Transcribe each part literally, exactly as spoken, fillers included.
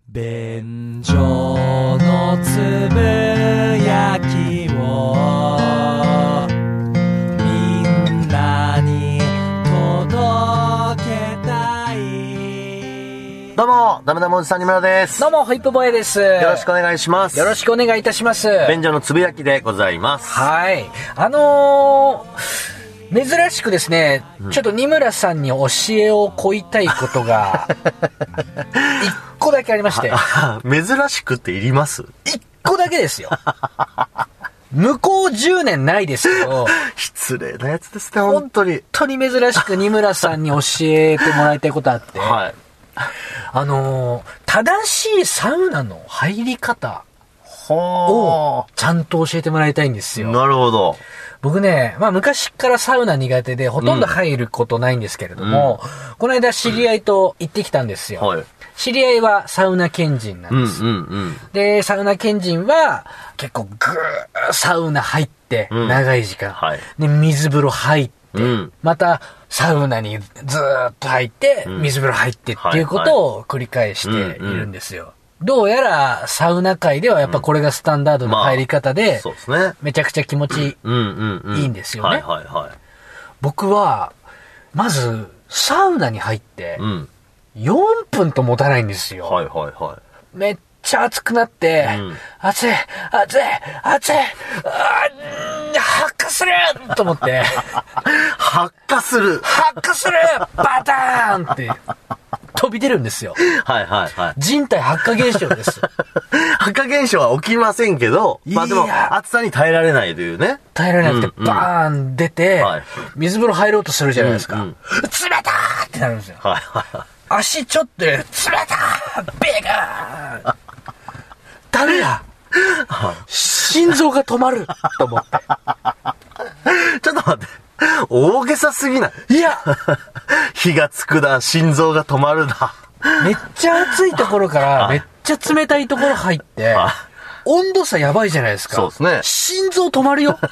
便所のつぶやきをみんなに届けたい。 どうも、ダメダメおじさんにむらです。 どうも、ホイップボーイです。 よろしくお願いします。 よろしくお願いいたします。 便所のつぶやきでございます。 はい。あのー、珍しくですね、うん、ちょっと二村さんに教えを請いたいことが、一個だけありまして。 珍しくっていります？ 一個だけですよ。向こうじゅうねんないですけど。 失礼なやつですね、本当に。 本当に珍しく二村さんに教えてもらいたいことあって。 はい。 あのー、正しいサウナの入り方をちゃんと教えてもらいたいんですよ。 なるほど。 僕ね、まあ昔からサウナ苦手でほとんど入ることないんですけれども、うん、この間知り合いと行ってきたんですよ。はい、知り合いはサウナ賢人なんです。 うんうんうん、 で、サウナ賢人は結構ぐーサウナ入って、長い時間、うんはい、で、水風呂入って、うん、またサウナにずーっと入って、水風呂入ってっていうことを繰り返しているんですよ。どうやらサウナ界ではやっぱこれがスタンダードの入り方で、そうですね。めちゃくちゃ気持ちいいんですよね。僕は、まずサウナに入って、よんぷんと持たないんですよ。 はいはいはい。 めっちゃ暑くなって、うん、暑い、暑い、暑い、あー発火すると思って。 発火する発火するバターンって飛び出るんですよ。 はいはいはい。 人体発火現象です。 発火現象は起きませんけど、まあでも暑さに耐えられないというね。 耐えられなくて、うんうん、バーン出て、はい、水風呂入ろうとするじゃないですか。うんうん、冷たーってなるんですよ。はいはいはい。足ちょっと冷たーベガーダメだ心臓が止まると思って。 ちょっと待って。大げさすぎない？ いや火がつくだ、心臓が止まるだ。 めっちゃ暑いところからめっちゃ冷たいところ入って、温度差やばいじゃないですか。 そうですね。 心臓止まるよ。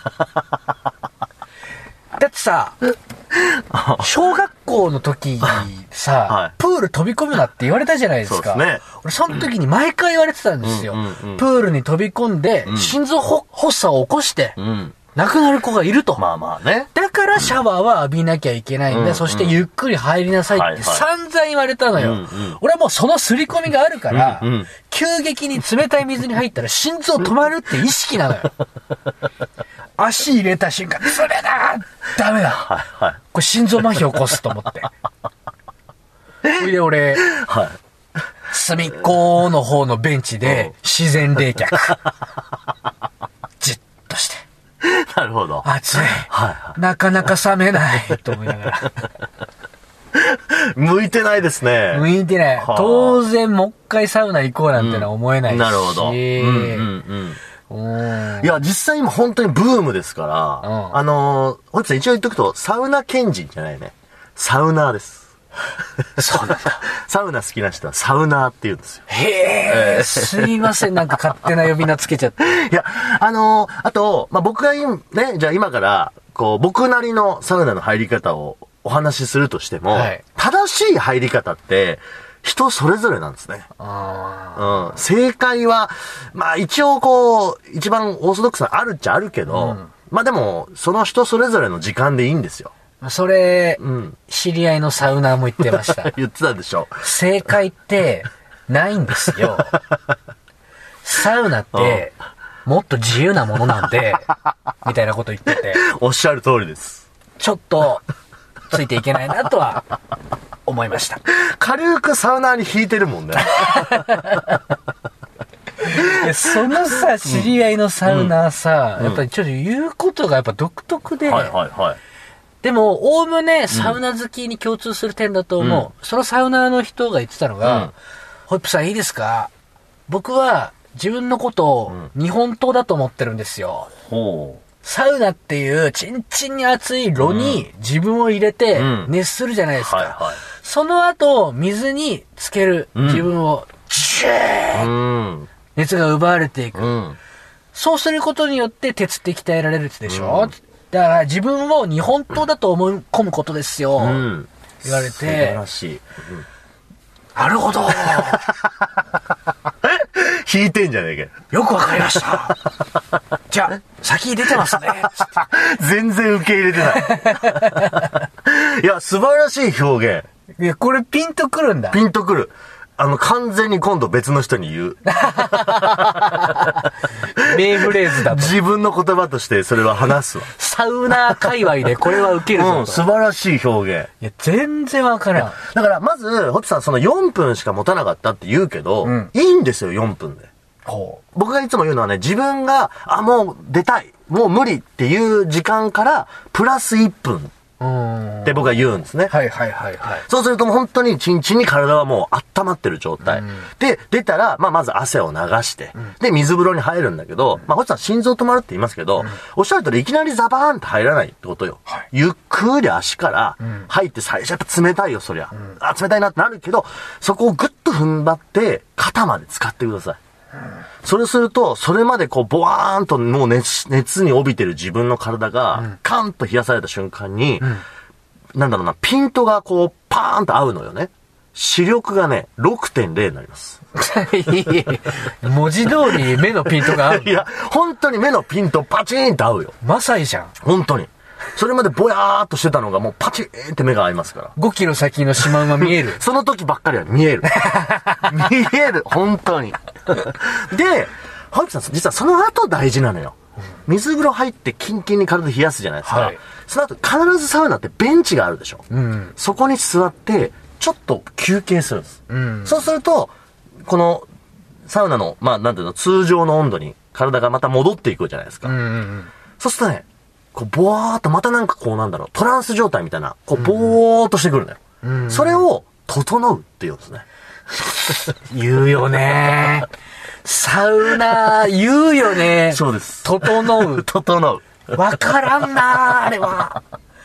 だってさ、小学校の時さ、はい、プール飛び込むなって言われたじゃないですか。 そうですね。 俺その時に毎回言われてたんですよ。うんうんうん、プールに飛び込んで、うん、心臓発作を起こして、うん、亡くなる子がいると。 まあまあね。 だからシャワーは浴びなきゃいけないんだ。うんうん、そしてゆっくり入りなさいって散々言われたのよ。はいはい、俺はもうその刷り込みがあるから、うんうん、急激に冷たい水に入ったら心臓止まるって意識なのよ。足入れた瞬間、それだダメだ、はいはい、これ心臓麻痺起こすと思って。それで俺、はい、隅っこの方のベンチで自然冷却。じっとして。 なるほど。 暑い。はいはい、なかなか冷めないと思いながら。 向いてないですね。 向いてない。当然もう一回サウナ行こうなんてのは思えないし。うん、 なるほど。うんうんうんいや、実際今本当にブームですから、うん、あのー、ほいつさん一応言っとくと、サウナ賢人じゃないね。サウナーです。 そうなんだ。 サウナ好きな人はサウナーって言うんですよ。 へえ、えー、すいません、なんか勝手な呼び名つけちゃって。 いや、あのー、あと、まあ、僕が今、ね、じゃあ今から、こう、僕なりのサウナの入り方をお話しするとしても、はい、正しい入り方って、人それぞれなんですね。あうん、正解は、まあ一応こう、一番オーソドックスなあるっちゃあるけど、うん、まあでも、その人それぞれの時間でいいんですよ。 それ、うん、知り合いのサウナーも言ってました。 言ってたでしょ。 正解ってないんですよ。サウナって、もっと自由なものなんで、みたいなこと言ってて。 おっしゃる通りです。 ちょっと、ついていけないなとは、思いました。 軽くサウナーに引いてるもんね。 いやそのさ、知り合いのサウナーさ、うん、やっぱりちょっと言うことがやっぱ独特で、はいはいはい、でも、おおむねサウナ好きに共通する点だと思う。うん、そのサウナーの人が言ってたのが、うん、ホイップさんいいですか？僕は自分のことを日本刀だと思ってるんですよ。ほうサウナっていうチンチンに熱い炉に自分を入れて熱するじゃないですか。うんはいはい、その後、水につける自分を、ジューッ熱が奪われていく、うん。そうすることによって鉄って鍛えられるでしょ、うん、だから自分を日本刀だと思い込むことですよ。うん、言われて。素晴らしい。うん、 なるほど。 引いてんじゃねえかよ。よくわかりました。じゃあ、先出てますね。 全然受け入れてない。いや、素晴らしい表現。 いや、これピンとくるんだ。 ピンとくる。あの、完全に今度別の人に言う。 名フレーズだと。 自分の言葉としてそれは話すわ。 サウナ界隈でこれは受けるぞと。 うん、素晴らしい表現。 いや、全然わからん。 だから、まず、ホッピさん、そのよんぷんしか持たなかったって言うけど、うん、いいんですよ、よんぷんで。ほう。僕がいつも言うのはね、自分が、あ、もう出たい、もう無理っていう時間から、プラスいっぷん。って僕は言うんですね。 はいはいはいはい。 そうするともう本当にチンチンに体はもう温まってる状態。うん、で、出たら、まあまず汗を流して、うん、で、水風呂に入るんだけど、うん、まあ、こっちは心臓止まるって言いますけど、うん、おっしゃる通りいきなりザバーンって入らないってことよ。はい、ゆっくり足から入って最初やっぱ冷たいよ、そりゃ。うん、あ、冷たいなってなるけど、そこをぐっと踏ん張って肩まで使ってください。それすると、それまでこう、ボワーンともう 熱, 熱に帯びてる自分の体が、うん、カンと冷やされた瞬間に、うん、なんだろうな、ピントがこう、パーンと合うのよね。視力がね、ろくてんゼロ になります。 文字通り目のピントが合う。 いや、本当に目のピントパチーンと合うよ。 マサイじゃん。 本当に。それまでぼやーっとしてたのがもうパチーンって目が合いますから。 ごキロ先のシマウマ見える。 その時ばっかりは見える。見える、本当に。で、ハウキさん、実はその後大事なのよ。水風呂入ってキンキンに体冷やすじゃないですか。はい、その後必ずサウナってベンチがあるでしょ。うん、そこに座ってちょっと休憩するんです。うん、そうすると、このサウナの、まあなんていうの、通常の温度に体がまた戻っていくじゃないですか。うんうんうん、そうするとね、こう、ぼわーっと、またなんかこうなんだろう、トランス状態みたいな、こう、ぼーっとしてくるんだよ。うんうん、それを、整うって言うんですね。 言うよね。サウナ、言うよね。 そうです。 整う。 整う。 わからんな、あれは。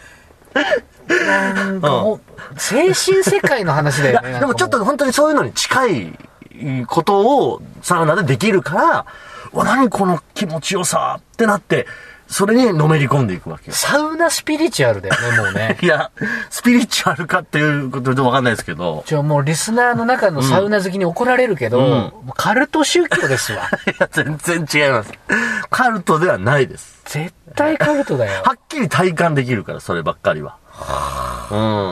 なんかもう、精神世界の話だよね。 でもちょっと本当にそういうのに近いことをサウナでできるから、わ、何この気持ちよさってなって、それにのめり込んでいくわけよ。 サウナスピリチュアルだよね、もうね。 いや、スピリチュアルかっていうことでわかんないですけど。 じゃあもうリスナーの中のサウナ好きに怒られるけど、うん、カルト宗教ですわ。 いや、全然違います。カルトではないです。 絶対カルトだよ。 はっきり体感できるから、そればっかりは。 うん。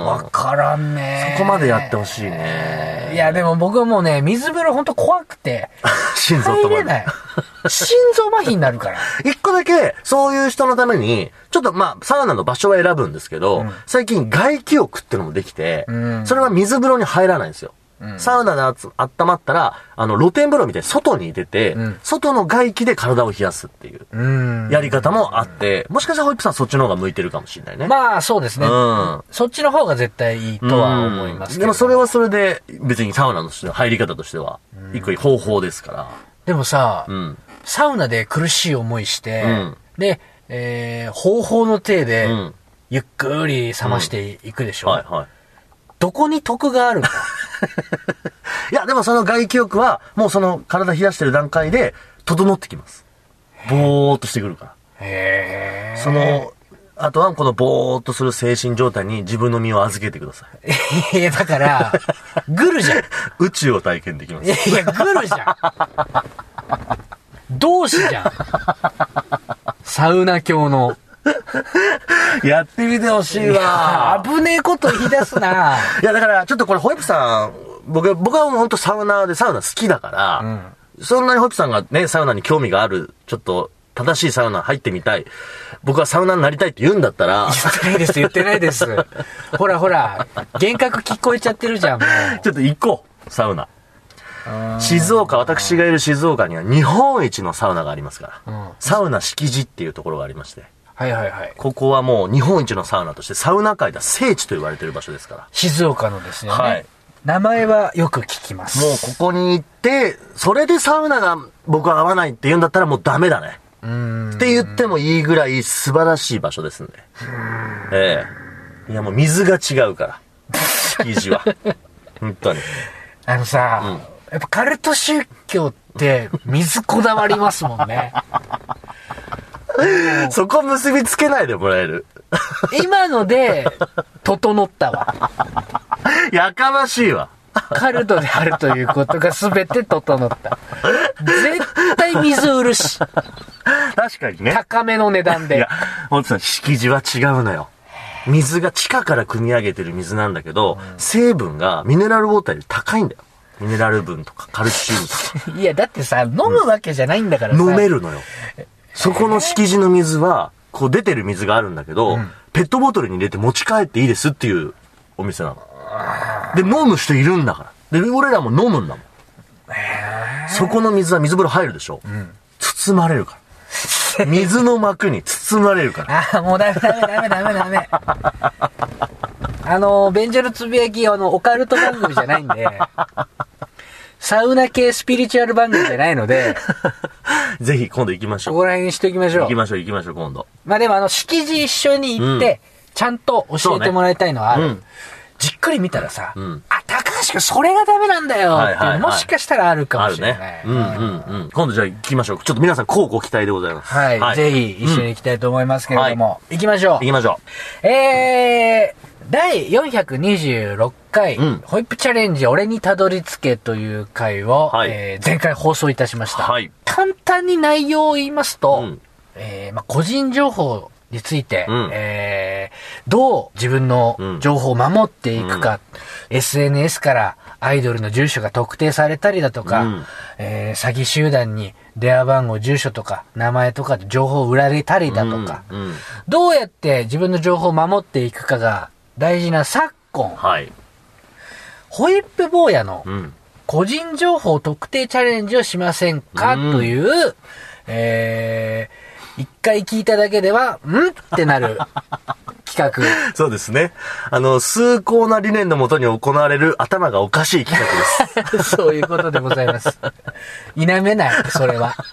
わからんね。 そこまでやってほしいね。 いや、でも僕はもうね、水風呂ほんと怖くて。 心臓止まる。 入れない。心臓麻痺になるから。 一個だけ、そういう人のために、ちょっとまあ、サウナの場所は選ぶんですけど、うん、最近外気浴ってのもできて、うん、それは水風呂に入らないんですよ。うん、サウナで温まったら、あの、露天風呂みたいに外に出て、うん、外の外気で体を冷やすっていう、やり方もあって、もしかしたらホイップさんそっちの方が向いてるかもしれないね。 まあ、そうですね。うん、そっちの方が絶対いいとは思いますけど。 でもそれはそれで、別にサウナの入り方としては、一個方法ですから。 でもさ、うん、サウナで苦しい思いして、うん、で、えー、方法の体で、うん、ゆっくり冷ましていくでしょ。うん、はいはい。どこに得があるか。 いや、でもその外気浴は、もうその体冷やしてる段階で、整ってきます。ぼーっとしてくるから。へー。その、あとはこのぼーっとする精神状態に自分の身を預けてください。いや、だから、グルじゃん。 宇宙を体験できます。 いや、いやグルじゃん。同志じゃん。サウナ教の。 やってみてほしいわ。 危ねえこと言い出すな。 いや、だから、ちょっとこれ、ホイップさん、僕、僕は本当サウナでサウナ好きだから、うん、そんなにホイップさんがね、サウナに興味がある、ちょっと、正しいサウナ入ってみたい。僕はサウナになりたいって言うんだったら。 言ってないです、言ってないです。ほらほら、幻覚聞こえちゃってるじゃん、もう。 ちょっと行こう、サウナ。静岡、私がいる静岡には日本一のサウナがありますから。うん、サウナ敷地っていうところがありまして。 はいはいはい。 ここはもう日本一のサウナとしてサウナ界では聖地と言われている場所ですから。 静岡のですね。はい。名前はよく聞きます。 もうここに行って、それでサウナが僕は合わないって言うんだったらもうダメだね。うーんって言ってもいいぐらい素晴らしい場所ですんで。ええ。いやもう水が違うから。敷地は。本当に。 あのさ、うん、やっぱカルト宗教って水こだわりますもんね。 そこ結びつけないでもらえる。 今ので整ったわ。 やかましいわ。 カルドであるということが全て整った。絶対水売るし。 確かにね。 高めの値段で。 いや、ほんとさ、敷地は違うのよ。水が地下から汲み上げてる水なんだけど、うん、成分がミネラルウォーターより高いんだよ。ミネラル分とかカルシウムとか。 いや、だってさ、飲むわけじゃないんだからさ。 飲めるのよ。そこの敷地の水は、こう出てる水があるんだけど、うん、ペットボトルに入れて持ち帰っていいですっていうお店なの。で、飲む人いるんだから。で、俺らも飲むんだもん。そこの水は水風呂入るでしょ。うん、包まれるから。水の膜に包まれるから。 ああ、もうダメダメダメダメダメ。あの、便所のつぶやき、あの、オカルト番組じゃないんで、サウナ系スピリチュアル番組じゃないので、 ぜひ今度行きましょう。 ここら辺にしておきましょう。 行きましょう行きましょう、今度。 まあでもあの、敷地一緒に行って、うん、ちゃんと教えてもらいたいのはある。うん、じっくり見たらさ、うん、あ、高橋君それがダメなんだよっていう、はいはいはい、もしかしたらあるかもしれない。 あるね。うんうんうん。今度じゃあ行きましょう。ちょっと皆さん乞うご期待でございます。 はい。はい、ぜひ一緒に行きたいと思いますけれども、うん、行きましょう。 行きましょう。えー、だいよんひゃくにじゅうろっかい、うん、ホイップチャレンジ俺にたどり着けという回を、はい、えー、前回放送いたしました。はい、簡単に内容を言いますと、うん、えー、まあ、個人情報について、うん、えー、どう自分の情報を守っていくか、うん、エスエヌエス からアイドルの住所が特定されたりだとか、うん、えー、詐欺集団に電話番号、住所とか名前とかで情報を売られたりだとか、うんうん、どうやって自分の情報を守っていくかが大事な昨今、はい、ホイップ坊やの個人情報特定チャレンジをしませんか、うん、という、えー一回聞いただけでは、んってなる企画。 そうですね。あの、崇高な理念のもとに行われる頭がおかしい企画です。そういうことでございます。否めない、それは。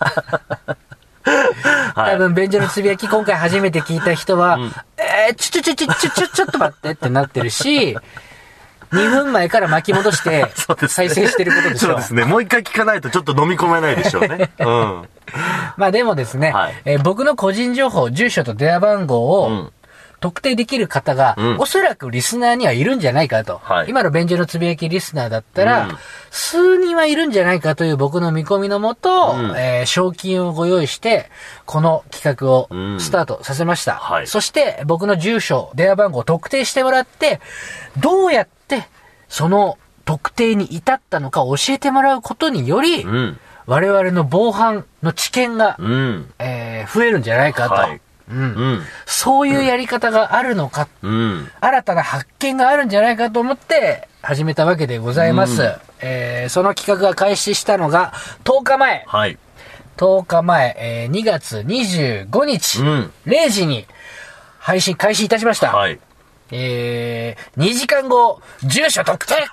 多分、便所のつぶやき今回初めて聞いた人は、うん、えー、ちょちょちょちょちょちょちょっと待ってってなってるし、にふんまえから巻き戻して再生してることでしょ。 そうですね。もう一回聞かないとちょっと飲み込めないでしょうね。うん。 まあでもですね、はい、えー、僕の個人情報、住所と電話番号を特定できる方が、うん、おそらくリスナーにはいるんじゃないかと。はい、今の便所のつぶやきリスナーだったら、うん、数人はいるんじゃないかという僕の見込みのもと、うん、えー、賞金をご用意して、この企画をスタートさせました。うん、はい、そして僕の住所、電話番号を特定してもらって、どうやってその特定に至ったのか教えてもらうことにより、うん、我々の防犯の知見が、うん、えー、増えるんじゃないかと、はい、うんうん、そういうやり方があるのか、うん、新たな発見があるんじゃないかと思って始めたわけでございます。うん、えー、その企画が開始したのがとおかまえ。はい、とおかまえ、えー、にがつにじゅうごにち、うん、れいじに配信開始いたしました。はい、えー、にじかんご、住所特定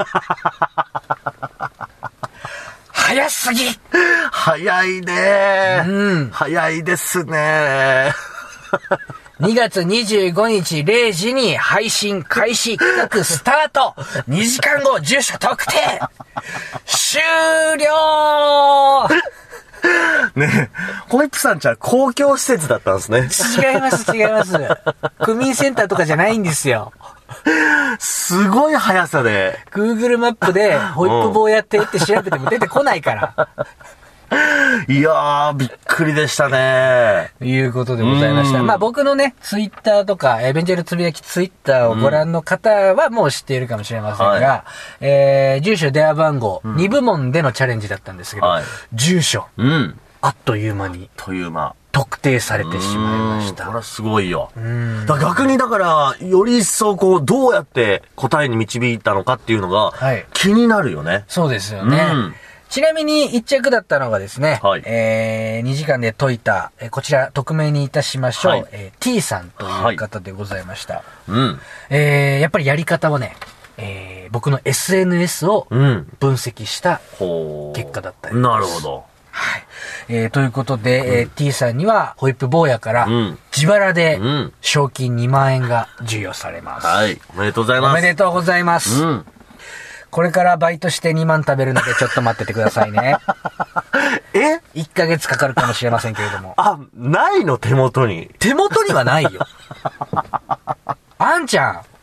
早すぎ早いね、うん、早いですねにがつにじゅうごにちれいじに配信開始企画スタートにじかんご、住所特定終了ねえ、ホイップさんちは公共施設だったんですね。 違います違います。区民センターとかじゃないんですよ。 すごい速さで Google マップでホイップ坊やってって調べても出てこないからいやー、びっくりでしたね。 ということでございました。まあ僕のね、ツイッターとか、えー、ベンチャールつぶやきツイッターをご覧の方はもう知っているかもしれませんが、はい、えー、住所、電話番号、うん、にぶもんでのチャレンジだったんですけど、はい、住所、うん、あっという間に、 という間。 特定されてしまいました。 これはすごいよ。だ逆にだから、より一層こう、どうやって答えに導いたのかっていうのが、気になるよね。はい、 そうですよね。うん、ちなみに一着だったのがですね、はい、えー、にじかんで解いた、えー、こちら匿名にいたしましょう、はい、えー、T さんという方でございました。はい、うん、えー、やっぱりやり方はね、えー、僕の エスエヌエス を分析した結果だったりです。 なるほど。 はい。えー、ということで、うん、えー、T さんにはホイップ坊やから自腹で賞金にまんえんが授与されます。 はい。おめでとうございます。 おめでとうございます。うん、これからバイトしてにまん食べるのでちょっと待っててくださいね。 え ?いっヶ月かかるかもしれませんけれども。 あ、ないの手元に。 手元にはないよ。あんちゃん、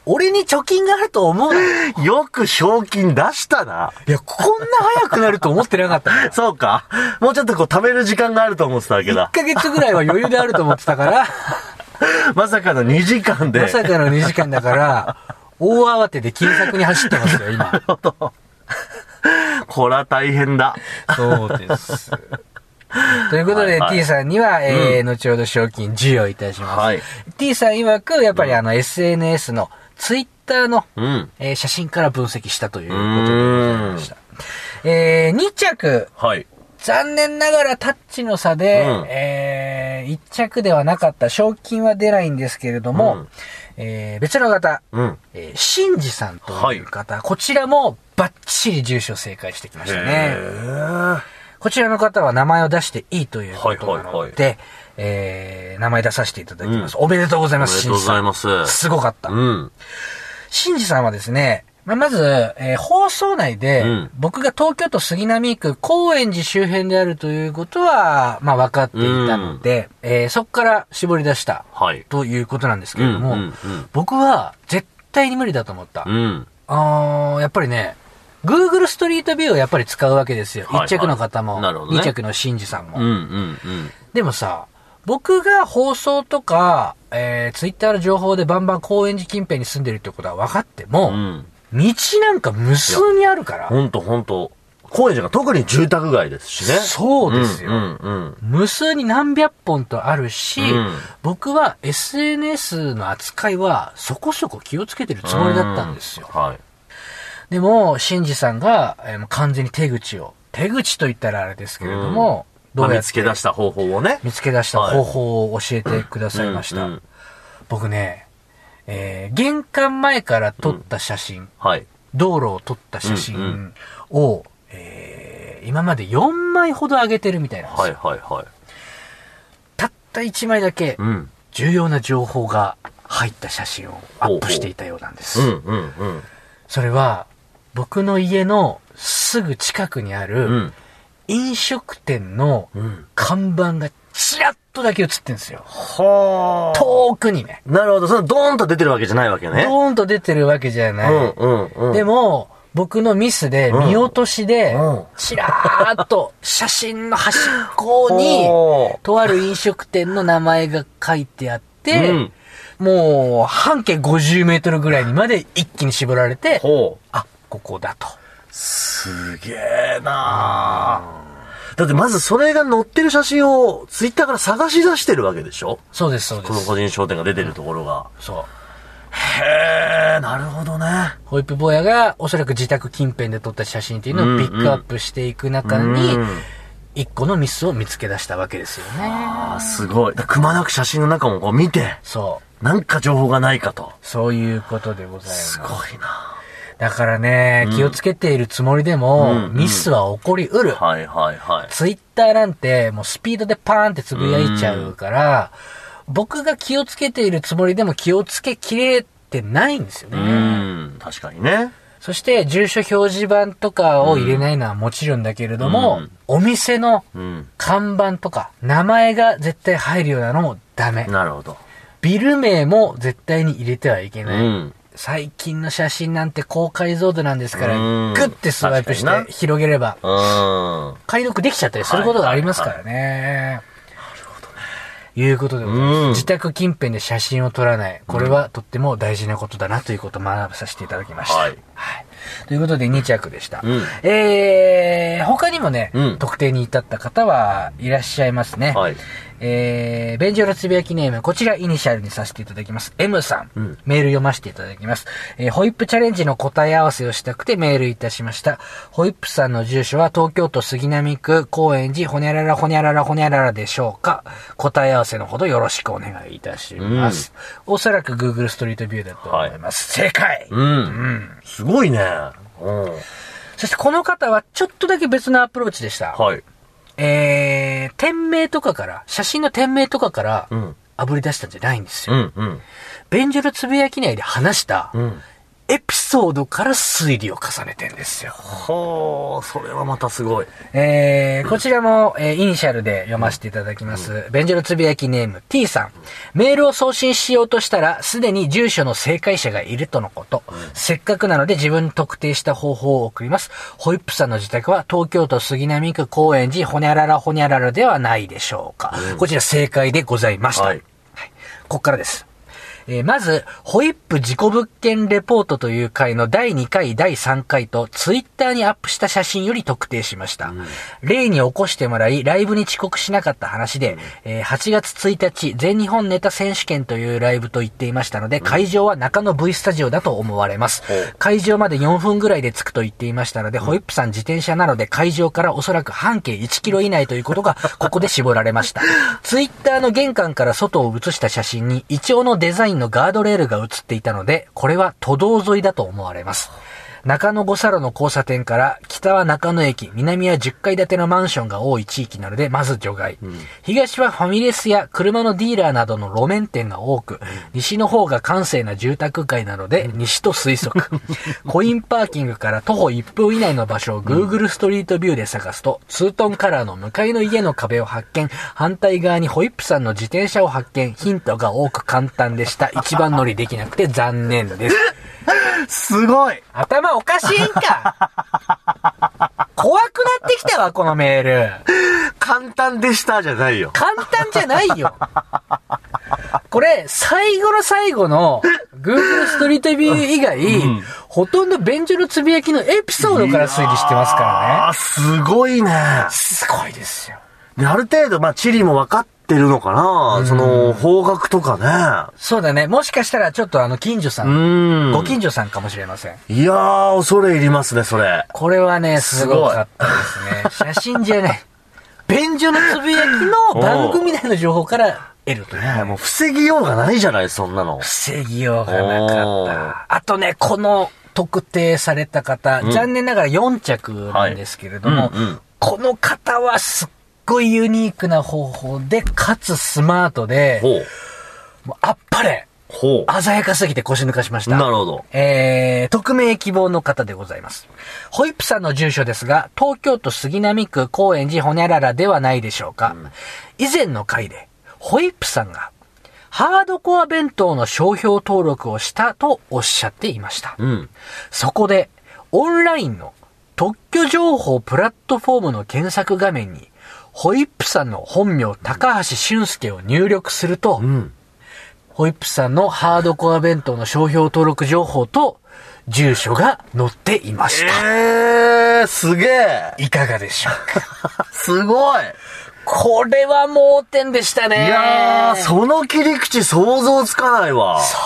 俺に貯金があると思うな。 よく賞金出したな。 いや、こんな早くなると思ってなかったから。 そうか。もうちょっとこう貯める時間があると思ってたわけだ。 いっかげつぐらいは余裕であると思ってたから。 まさかのにじかんで。 まさかのにじかんだから、大慌てで金策に走ってますよ、今。なるほど。 こら大変だ。 そうです。ということで、はいはい、T さんには、えーうん、後ほど賞金授与いたします。はい、T さん曰く、やっぱりあの、うん、エスエヌエス のツイッターの、うんえー、写真から分析したということでございました。えー、に着。はい。残念ながらタッチの差で、うん、えー、いっ着ではなかった。賞金は出ないんですけれども、うんえー、別の方、うんえー、シンジさんという方、はい、こちらもバッチリ住所正解してきましたね。こちらの方は名前を出していいということなので、はいはいはいえー、名前出させていただきます。うん、おめでとうございます、 シンジさん。おめでとうございます。 すごかった。うん、シンジさんはですね、まあ、まず、えー、放送内で、うん、僕が東京都杉並区高円寺周辺であるということは、まあ、分かっていたので、うんえー、そこから絞り出した、はい、ということなんですけれども、うんうんうん、僕は絶対に無理だと思った。うん、あやっぱりね、Google ストリートビューをやっぱり使うわけですよ。はいはい、いっ着の方も、ね、に着のシンジさんも、うんうんうん。でもさ、僕が放送とか、えー、ツイッターの情報でバンバン高円寺近辺に住んでるってことは分かっても、うん道なんか無数にあるから。 ほんとほんと。高円寺が特に住宅街ですしね。 そうですよ。うんうんうん、無数に何百本とあるし、うん、僕は エスエヌエス の扱いはそこそこ気をつけてるつもりだったんですよ。はい、でも、シンジさんが、えー、もう完全に手口を、手口と言ったらあれですけれども、 うん、どうやって見つけ出した方法をね。 見つけ出した方法を教えてくださいました。うんうん、僕ね、えー、玄関前から撮った写真、うんはい、道路を撮った写真を、うんうんえー、今までよんまいほど上げてるみたいなんですよ。はいはいはい、たったいちまいだけ、重要な情報が入った写真をアップしていたようなんです。うんうんうん、それは、僕の家のすぐ近くにある、飲食店の看板がチラッとだけ映ってんですよ。はあ。遠くにね。 なるほど。そのドーンと出てるわけじゃないわけね。 ドーンと出てるわけじゃない。うんうんうん、でも、僕のミスで、見落としで、チラーっと写真の端っこに、とある飲食店の名前が書いてあって、うん、もう、半径ごじゅうメートルぐらいにまで一気に絞られて、あ、ここだと。 すげえなぁ。だってまずそれが載ってる写真をツイッターから探し出してるわけでしょ？ そうですそうです。 この個人商店が出てるところが。うん、そう。へー、なるほどね。 ホイップ坊やがおそらく自宅近辺で撮った写真っていうのをピックアップしていく中に、一個のミスを見つけ出したわけですよね。 ああ、すごい。くまなく写真の中もこう見て。そう。なんか情報がないかと。 そういうことでございます。 すごいな。 だからね、うん、気をつけているつもりでも、うんうん、ミスは起こりうる。はいはいはい。ツイッターなんて、もうスピードでパーンってつぶやいちゃうから、うん、僕が気をつけているつもりでも気をつけきれてないんですよね。うん、 確かにね。 そして、住所表示板とかを入れないのはもちろんだけれども、うん、お店の看板とか、名前が絶対入るようなのもダメ。 なるほど。 ビル名も絶対に入れてはいけない。うん最近の写真なんて高解像度なんですから、グッてスワイプして広げれば、解読できちゃったりすることがありますからね。はいはいはい、なるほどね。いうことでございます。自宅近辺で写真を撮らない。これはとっても大事なことだなということを学ばさせていただきました。はい。はい、ということでに着でした。うん、えー、他にもね、うん、特定に至った方はいらっしゃいますね。はいえー、便所のつぶやきネーム、こちらイニシャルにさせていただきます。M さん、うん、メール読ませていただきます。えー、ホイップチャレンジの答え合わせをしたくてメールいたしました。ホイップさんの住所は東京都杉並区高円寺ほにゃららほにゃららほにゃららでしょうか。答え合わせのほどよろしくお願いいたします。うん、おそらく Google ストリートビューだと思います。はい、正解、うん、うん、 すごいね。うん、 そしてこの方はちょっとだけ別のアプローチでした。はい。えー、店名とかから、写真の店名とかから、あぶり出したんじゃないんですよ。うんうん。便所のつぶやき内で話した、うん、 エピソードから推理を重ねてんですよ。 ほー、それはまたすごい。 えー、こちらも、えー、イニシャルで読ませていただきます。うん、便所のつぶやきネーム T さん。メールを送信しようとしたら、すでに住所の正解者がいるとのこと。うん、せっかくなので自分に特定した方法を送ります。ホイップさんの自宅は東京都杉並区高円寺ほにゃららほにゃららではないでしょうか。うん、こちら正解でございました。はい。はい、こっからです。えー、まず、ホイップ事故物件レポートという回のだいにかい、だいさんかいとツイッターにアップした写真より特定しました。うん、例に起こしてもらい、ライブに遅刻しなかった話で、うん、えー、はちがつついたち、全日本ネタ選手権というライブと言っていましたので、うん、会場は中野 V スタジオだと思われます。うん、会場までよんぷんぐらいで着くと言っていましたので、うん、ホイップさん自転車なので会場からおそらく半径いちキロ以内ということがここで絞られました。ツイッターの玄関から外を写した写真に、イチョウのデザインのガードレールが映っていたので、これは都道沿いだと思われます。中野五差路の交差点から北は中野駅、南はじゅっかい建てのマンションが多い地域なので、まず除外。うん、東はファミレスや車のディーラーなどの路面店が多く、うん、西の方が閑静な住宅街なので、うん、西と推測。コインパーキングから徒歩いっぷん以内の場所を Google ストリートビューで探すと、ツートンカラーの向かいの家の壁を発見、反対側にホイップさんの自転車を発見、ヒントが多く簡単でした。一番乗りできなくて残念です。 すごい。 頭おかしいんか。怖くなってきたわ、このメール。 簡単でしたじゃないよ。 簡単じゃないよ。これ、最後の最後の Google ストリートビュー以外、うん、ほとんど便所のつぶやきのエピソードから推理してますからね。 あ、すごいね。 すごいですよ。 で、ある程度、まあ、地理も分かってるのかな、うん、その、方角とかね。 そうだね。もしかしたら、ちょっとあの、近所さん、うんご近所さんかもしれません。 いやー、恐れ入りますね、それ。 これはね、すごかったですね。写真じゃない。便所のつぶやきの番組内の情報から得るという、ね。 もう防ぎようがないじゃない、そんなの。 防ぎようがなかった。あとね、この特定された方、うん、残念ながらよん着なんですけれども、はいうんうん、この方はすっごいユニークな方法で、かつスマートで、もうあっぱれほう鮮やかすぎて腰抜かしました。 なるほど。 えー、匿名希望の方でございます。ホイップさんの住所ですが、東京都杉並区高円寺ほにゃららではないでしょうか。うん、以前の回で、ホイップさんが、ハードコア弁当の商標登録をしたとおっしゃっていました。うん、そこで、オンラインの特許情報プラットフォームの検索画面に、ホイップさんの本名高橋俊介を入力すると、うん、ホイップさんのハードコア弁当の商標登録情報と住所が載っていました。 えー、すげえ。 いかがでしょうか。 すごい。 これは盲点でしたね。 いやー、その切り口想像つかないわ。 そう。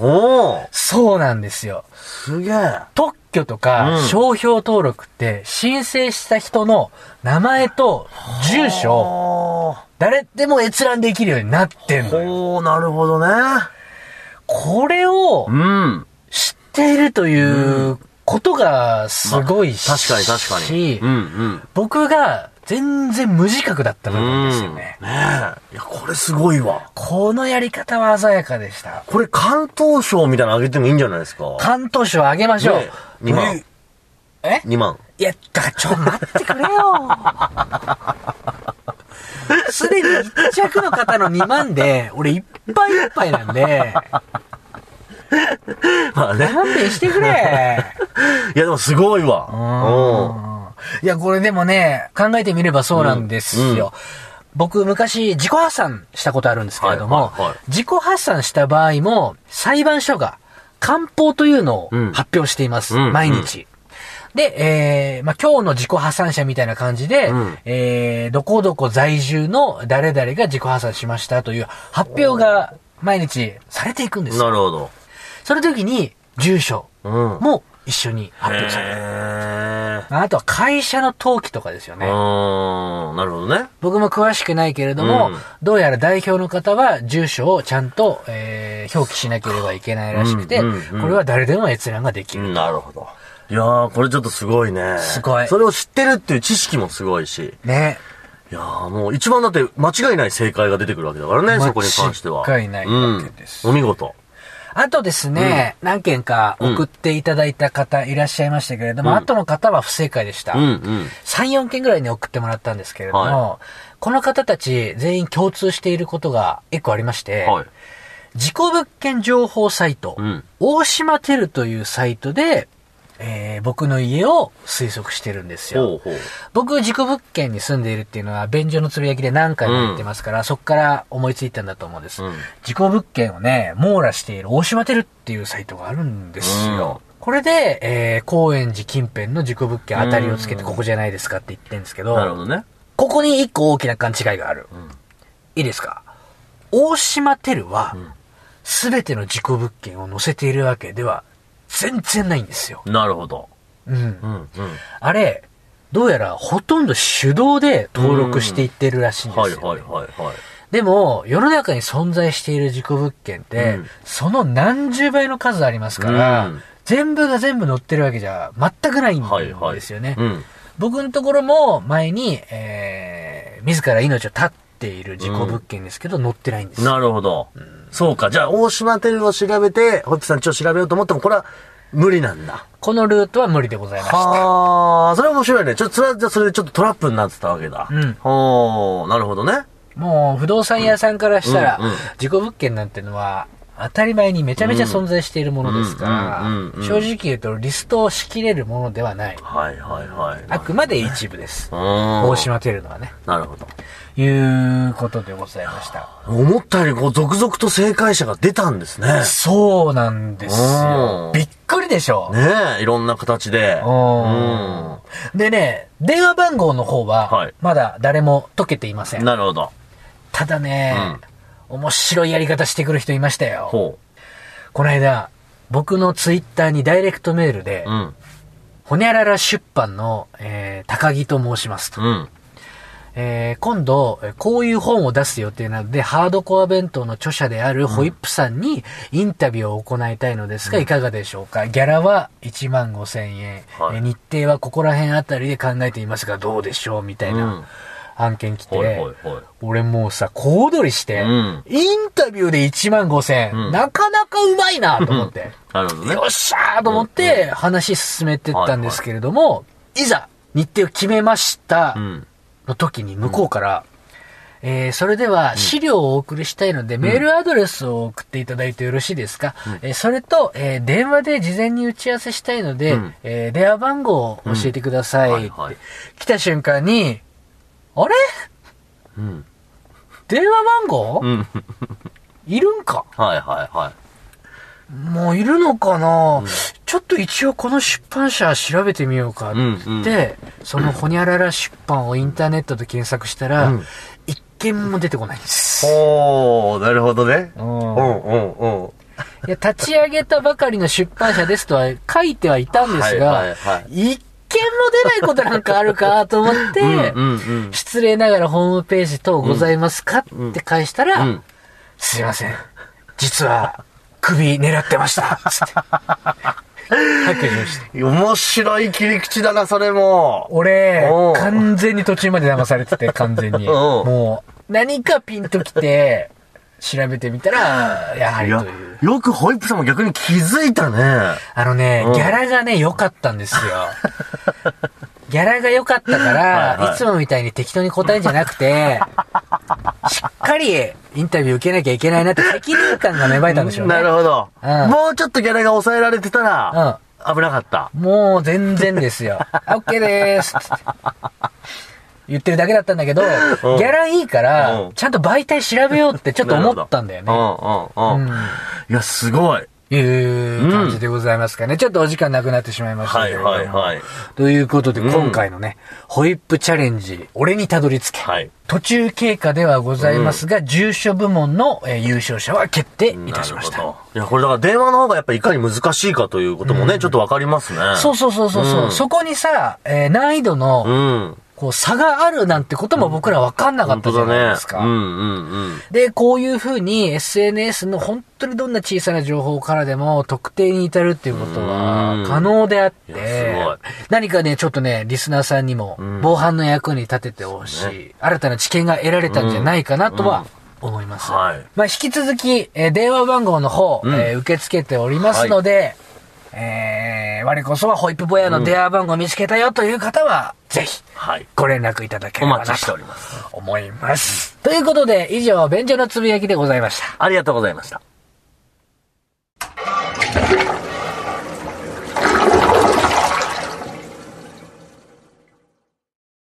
おー。そうなんですよ。 すげえ。 特許とか商標登録って申請した人の名前と住所、誰でも閲覧できるようになってんのよ。 ほー、なるほどね。 これを知っているということがすごいし、 まあ、確かに確かに。うんうん、 僕が全然無自覚だった部分ですよね。 ねえ。いや、これすごいわ。 このやり方は鮮やかでした。 これ関東賞みたいなのあげてもいいんじゃないですか。 関東賞あげましょう。ね、 にまん。 え ? に 万。 いや、だからちょっと待ってくれよ。すでに一着の方のにまんで、俺いっぱいいっぱいなんで。 まあね。 勘弁してくれ。 いや、でもすごいわ。うん。 いや、これでもね、考えてみればそうなんですよ。うんうん、僕、昔、自己破産したことあるんですけれども、はいはいはい、自己破産した場合も、裁判所が、官報というのを発表しています。うん、毎日。うんうんで、えー、まあ、今日の自己破産者みたいな感じで、うん、えー、どこどこ在住の誰々が自己破産しましたという発表が毎日されていくんですよ。 なるほど。 その時に、住所も一緒に発表される。うん、あとは会社の登記とかですよね。 あ、なるほどね。 僕も詳しくないけれども、うん、どうやら代表の方は住所をちゃんと、えー、表記しなければいけないらしくて、うんうんうん、これは誰でも閲覧ができる。 なるほど。いやー、これちょっとすごいね。 すごい。 それを知ってるっていう知識もすごいし。 ね。 いやー、もう一番だって間違いない正解が出てくるわけだからね、そこに関しては。 間違いないわけです。 うん、お見事。 あとですね、うん、何件か送っていただいた方いらっしゃいましたけれども、うん、後の方は不正解でした。うんうん、さん、よんけんぐらいに送ってもらったんですけれども、はい、この方たち全員共通していることが一個ありまして、はい、事故物件情報サイト、うん、大島テルというサイトで、えー、僕の家を推測してるんですよ。ほうほう、僕、事故物件に住んでいるっていうのは、便所のつぶやきで何回も言ってますから、うん、そこから思いついたんだと思うんです。うん、事故物件をね、網羅している大島テルっていうサイトがあるんですよ。うん、これで、えー、高円寺近辺の事故物件当たりをつけてここじゃないですかって言ってるんですけど、 なるほどね。 ここに一個大きな勘違いがある。うん、いいですか？大島テルは、すべての事故物件を載せているわけでは全然ないんですよ。 なるほど。 うん。うんうん、あれ、どうやらほとんど手動で登録していってるらしいんですよ、ね。はいはいはいはい。でも、世の中に存在している事故物件って、うん、その何十倍の数ありますから、うん、全部が全部載ってるわけじゃ全くないんですよね。はいはい、うん、僕のところも前に、えー、自ら命を絶っている事故物件ですけど、うん、載ってないんですよ。 なるほど。うん、そうか。じゃあ、大島テルを調べて、ホッピさんちょっと調べようと思っても、これは無理なんだ。 このルートは無理でございました。 ああ、それは面白いね。ちょっと、それは、じゃあそれでちょっとトラップになってたわけだ。うん。おー、なるほどね。 もう、不動産屋さんからしたら、うんうんうん、事故物件なんてのは、当たり前にめちゃめちゃ存在しているものですから、正直言うとリストをしきれるものではない。はいはいはい。あくまで一部です。大島テルのはね。 なるほど。 いうことでございました。 思ったよりこう続々と正解者が出たんですね。 そうなんですよ。びっくりでしょ。 ねえ、いろんな形で。 うんでね、電話番号の方は、まだ誰も解けていません。 なるほど。 ただね、うん、面白いやり方してくる人いましたよ。ほう。この間、僕のツイッターにダイレクトメールで、うん、ほにゃらら出版の、えー、高木と申しますと。うんえー、今度、こういう本を出す予定なので、ハードコア弁当の著者であるホイップさんにインタビューを行いたいのですが、いかがでしょうか。ギャラはいちまんごせんえん、はい、日程はここら辺あたりで考えていますが、どうでしょうみたいな案件来て、うんはいはいはい、俺もうさ、小躍りして、うん、インタビューでいちまんごせん、うん、なかなかうまいなと思って、なるほどね、よっしゃーと思って話進めてったんですけれども、はいはい、いざ日程を決めました、うんの時に向こうから、うんえー、それでは資料をお送りしたいので、うん、メールアドレスを送っていただいてよろしいですか、うんえー、それと、えー、電話で事前に打ち合わせしたいので、うんえー、電話番号を教えてください、うんはいはい、来た瞬間にあれ、うん、電話番号、うん、いるんかはいはいはいもういるのかな、うん、ちょっと一応この出版社調べてみようかって、うんうん、そのほにゃらら出版をインターネットで検索したら、うん、一件も出てこないんです。 おー、なるほどね。うん、うん、うん。 いや、立ち上げたばかりの出版社ですとは書いてはいたんですが、はいはいはい、一件も出ないことなんかあるかと思って、うんうんうん、失礼ながらホームページ等ございますか、うん、って返したら、うん、すいません。実は、首狙ってました。つって。白状して。 面白い切り口だな、それも。 俺、完全に途中まで騙されてて、完全に。もう、何かピンときて、調べてみたら、やはりという。 よくホイップさんも逆に気づいたね。 あのね、ギャラがね、良かったんですよ。ギャラが良かったから、はいはい、いつもみたいに適当に答えんじゃなくて、しっかりインタビュー受けなきゃいけないなって責任感が芽生えたんでしょうね。 なるほど、うん。もうちょっとギャラが抑えられてたら、うん、危なかった。 もう全然ですよ。OK でーすって言ってるだけだったんだけど、うん、ギャラいいから、うん、ちゃんと媒体調べようってちょっと思ったんだよね。うんうんうん、 いや、すごい。 いう感じでございますかね、うん。ちょっとお時間なくなってしまいましたけれども。はいはいはい。ということで、今回のね、うん、ホイップチャレンジ、俺にたどり着け。はい。途中経過ではございますが、うん、住所部門の、えー、優勝者は決定いたしました。 いや、これだから電話の方がやっぱりいかに難しいかということもね、うん、ちょっとわかりますね。 そうそうそうそう。うん、そこにさ、えー、難易度の、うんこう差があるなんてことも僕ら分かんなかったじゃないですか。うんうんうん、で、こういうふうに エスエヌエス の本当にどんな小さな情報からでも特定に至るっていうことは可能であって、何かね、ちょっとね、リスナーさんにも防犯の役に立ててほしい、ね、新たな知見が得られたんじゃないかなとは思います。 はい。 まあ、引き続き、えー、電話番号の方、うん、えー、受け付けておりますので、はいえー、我こそはホイップボヤの電話番号を見つけたよという方は、うん、ぜひ、ご連絡いただければなと思います。ということで、以上、便所のつぶやきでございました。 ありがとうございました。